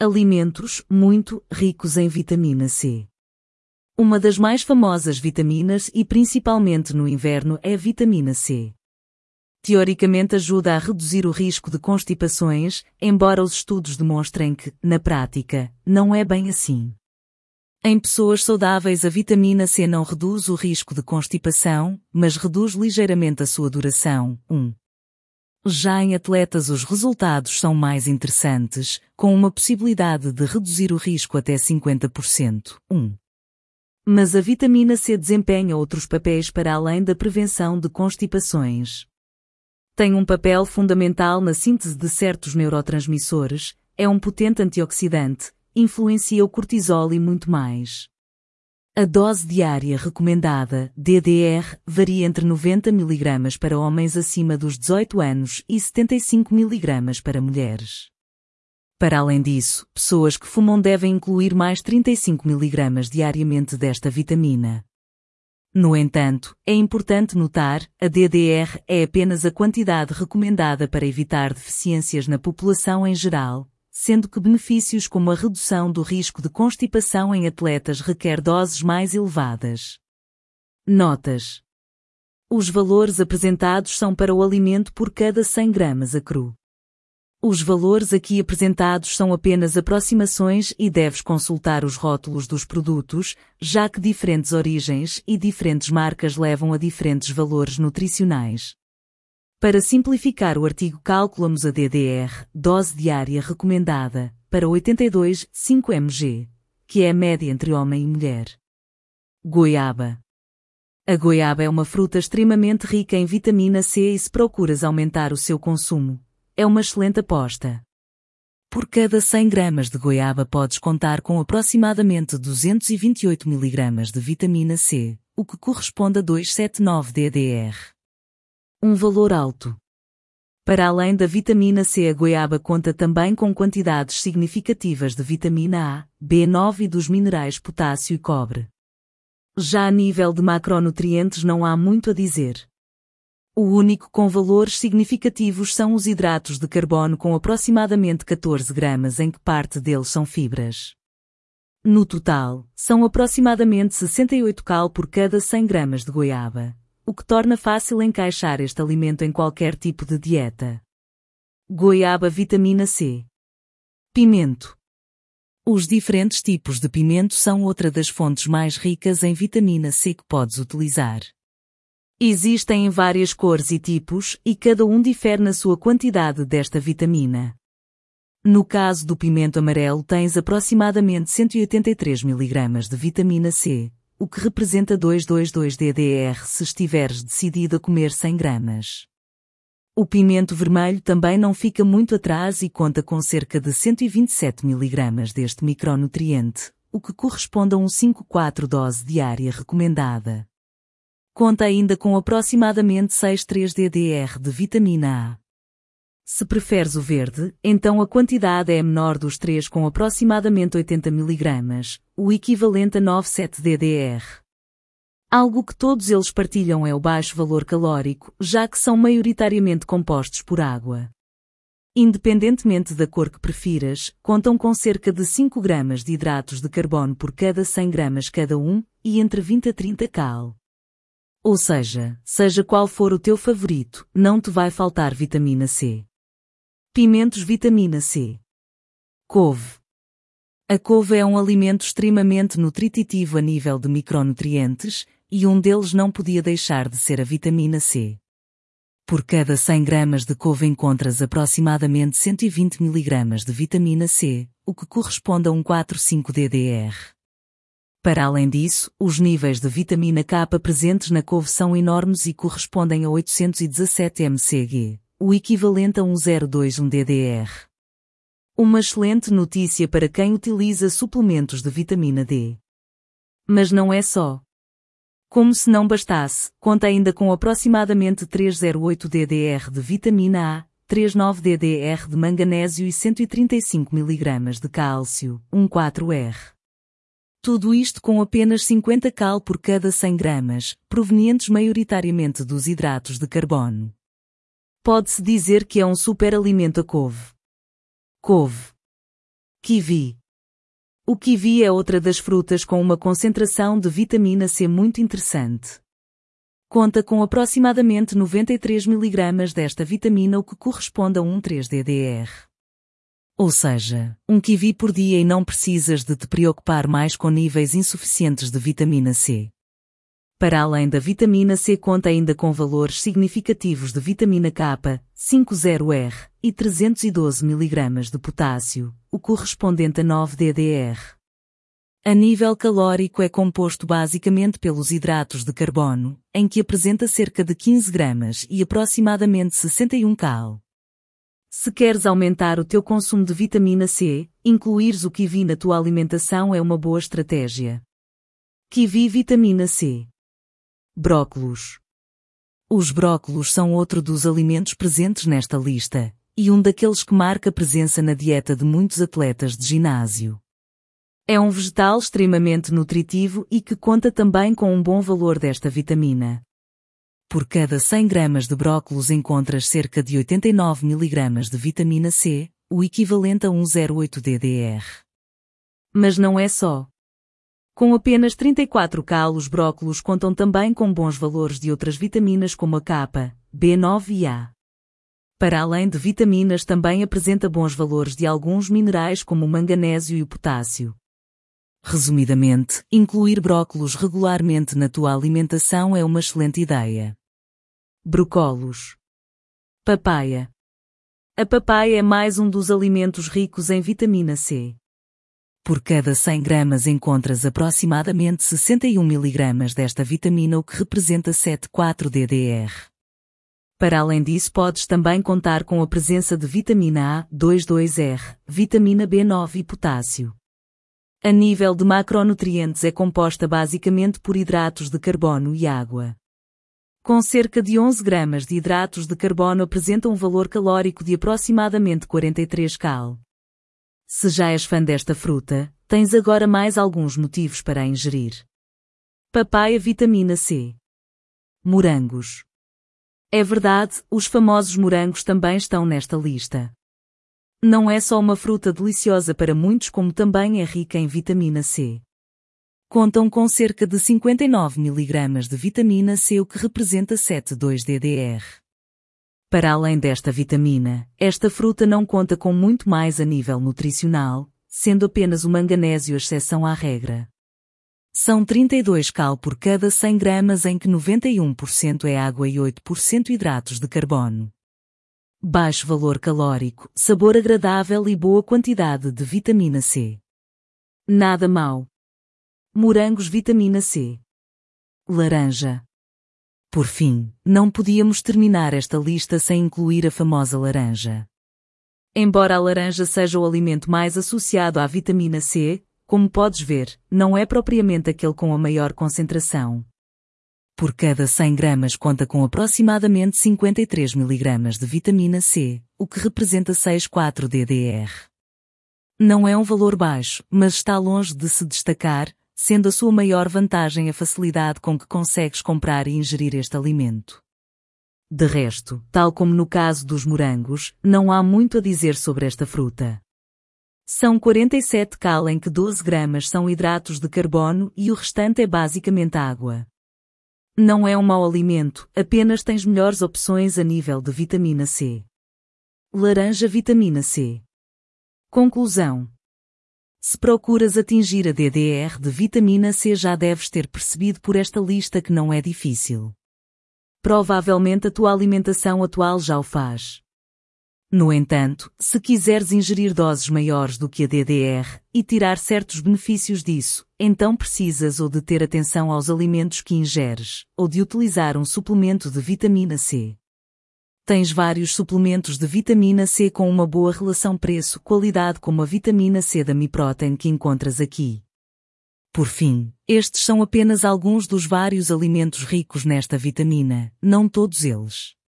Alimentos muito ricos em vitamina C. Uma das mais famosas vitaminas e principalmente no inverno é a vitamina C. Teoricamente ajuda a reduzir o risco de constipações, embora os estudos demonstrem que, na prática, não é bem assim. Em pessoas saudáveis a vitamina C não reduz o risco de constipação, mas reduz ligeiramente a sua duração. Já em atletas os resultados são mais interessantes, com uma possibilidade de reduzir o risco até 50%. Mas a vitamina C desempenha outros papéis para além da prevenção de constipações. Tem um papel fundamental na síntese de certos neurotransmissores, é um potente antioxidante, influencia o cortisol e muito mais. A dose diária recomendada, DDR, varia entre 90 mg para homens acima dos 18 anos e 75 mg para mulheres. Para além disso, pessoas que fumam devem incluir mais 35 mg diariamente desta vitamina. No entanto, é importante notar, a DDR é apenas a quantidade recomendada para evitar deficiências na população em geral, sendo que benefícios como a redução do risco de constipação em atletas requer doses mais elevadas. Notas: os valores apresentados são para o alimento por cada 100 gramas a cru. Os valores aqui apresentados são apenas aproximações e deves consultar os rótulos dos produtos, já que diferentes origens e diferentes marcas levam a diferentes valores nutricionais. Para simplificar o artigo calculamos a DDR, dose diária recomendada, para 82,5 mg, que é a média entre homem e mulher. Goiaba. A goiaba é uma fruta extremamente rica em vitamina C e se procuras aumentar o seu consumo, é uma excelente aposta. Por cada 100 gramas de goiaba podes contar com aproximadamente 228 mg de vitamina C, o que corresponde a 279 DDR. Um valor alto. Para além da vitamina C, a goiaba conta também com quantidades significativas de vitamina A, B9 e dos minerais potássio e cobre. Já a nível de macronutrientes não há muito a dizer. O único com valores significativos são os hidratos de carbono com aproximadamente 14 gramas em que parte deles são fibras. No total, são aproximadamente 68 cal por cada 100 gramas de goiaba, o que torna fácil encaixar este alimento em qualquer tipo de dieta. Goiaba vitamina C. Pimento. Os diferentes tipos de pimento são outra das fontes mais ricas em vitamina C que podes utilizar. Existem em várias cores e tipos, e cada um difere na sua quantidade desta vitamina. No caso do pimento amarelo tens aproximadamente 183 mg de vitamina C, o que representa 222 DDR se estiveres decidido a comer 100 gramas. O pimento vermelho também não fica muito atrás e conta com cerca de 127 mg deste micronutriente, o que corresponde a um 5,4 dose diária recomendada. Conta ainda com aproximadamente 6,3 DDR de vitamina A. Se preferes o verde, então a quantidade é menor dos 3 com aproximadamente 80 mg, o equivalente a 9,7 DDR. Algo que todos eles partilham é o baixo valor calórico, já que são maioritariamente compostos por água. Independentemente da cor que prefiras, contam com cerca de 5 gramas de hidratos de carbono por cada 100 gramas cada um, e entre 20 a 30 cal. Ou seja qual for o teu favorito, não te vai faltar vitamina C. Pimentos vitamina C. Couve. A couve é um alimento extremamente nutritivo a nível de micronutrientes, e um deles não podia deixar de ser a vitamina C. Por cada 100 gramas de couve encontras aproximadamente 120 mg de vitamina C, o que corresponde a um 4,5 DDR. Para além disso, os níveis de vitamina K presentes na couve são enormes e correspondem a 817 mcg, o equivalente a um 0,21 DDR. Uma excelente notícia para quem utiliza suplementos de vitamina D. Mas não é só. Como se não bastasse, conta ainda com aproximadamente 308 DDR de vitamina A, 39 DDR de manganésio e 135 mg de cálcio, 4R. Tudo isto com apenas 50 cal por cada 100 gramas, provenientes maioritariamente dos hidratos de carbono. Pode-se dizer que é um superalimento a couve. Couve. Kiwi. O kiwi é outra das frutas com uma concentração de vitamina C muito interessante. Conta com aproximadamente 93 mg desta vitamina, o que corresponde a 1,3 ddr. Ou seja, um kiwi por dia e não precisas de te preocupar mais com níveis insuficientes de vitamina C. Para além da vitamina C, conta ainda com valores significativos de vitamina K, 50R, e 312 mg de potássio, o correspondente a 9 ddr. A nível calórico é composto basicamente pelos hidratos de carbono, em que apresenta cerca de 15 gramas e aproximadamente 61 cal. Se queres aumentar o teu consumo de vitamina C, incluires o kiwi na tua alimentação é uma boa estratégia. Kiwi vitamina C. Brócolos. Os brócolos são outro dos alimentos presentes nesta lista, e um daqueles que marca presença na dieta de muitos atletas de ginásio. É um vegetal extremamente nutritivo e que conta também com um bom valor desta vitamina. Por cada 100 gramas de brócolos encontras cerca de 89 mg de vitamina C, o equivalente a 1,08 ddr. Mas não é só. Com apenas 34 cal, os brócolos contam também com bons valores de outras vitaminas como a K, B9 e A. Para além de vitaminas, também apresenta bons valores de alguns minerais como o manganésio e o potássio. Resumidamente, incluir brócolos regularmente na tua alimentação é uma excelente ideia. Brócolos. Papaya. A papaya é mais um dos alimentos ricos em vitamina C. Por cada 100 gramas encontras aproximadamente 61 mg desta vitamina, o que representa 7,4 ddr. Para além disso, podes também contar com a presença de vitamina A, 22R, vitamina B9 e potássio. A nível de macronutrientes é composta basicamente por hidratos de carbono e água. Com cerca de 11 gramas de hidratos de carbono apresenta um valor calórico de aproximadamente 43 cal. Se já és fã desta fruta, tens agora mais alguns motivos para a ingerir. Papaya vitamina C. Morangos. É verdade, os famosos morangos também estão nesta lista. Não é só uma fruta deliciosa para muitos, como também é rica em vitamina C. Contam com cerca de 59 mg de vitamina C, o que representa 7,2 ddr. Para além desta vitamina, esta fruta não conta com muito mais a nível nutricional, sendo apenas o manganésio a exceção à regra. São 32 cal por cada 100 gramas, em que 91% é água e 8% hidratos de carbono. Baixo valor calórico, sabor agradável e boa quantidade de vitamina C. Nada mau. Morangos vitamina C. Laranja. Por fim, não podíamos terminar esta lista sem incluir a famosa laranja. Embora a laranja seja o alimento mais associado à vitamina C, como podes ver, não é propriamente aquele com a maior concentração. Por cada 100 gramas conta com aproximadamente 53 mg de vitamina C, o que representa 6,4 ddr. Não é um valor baixo, mas está longe de se destacar, sendo a sua maior vantagem a facilidade com que consegues comprar e ingerir este alimento. De resto, tal como no caso dos morangos, não há muito a dizer sobre esta fruta. São 47 cal, em que 12 gramas são hidratos de carbono e o restante é basicamente água. Não é um mau alimento, apenas tens melhores opções a nível de vitamina C. Laranja vitamina C. Conclusão. Se procuras atingir a ddr de vitamina C, já deves ter percebido por esta lista que não é difícil. Provavelmente a tua alimentação atual já o faz. No entanto, se quiseres ingerir doses maiores do que a ddr e tirar certos benefícios disso, então precisas ou de ter atenção aos alimentos que ingeres, ou de utilizar um suplemento de vitamina C. Tens vários suplementos de vitamina C com uma boa relação preço-qualidade, como a vitamina C da MiProtein que encontras aqui. Por fim, estes são apenas alguns dos vários alimentos ricos nesta vitamina, não todos eles.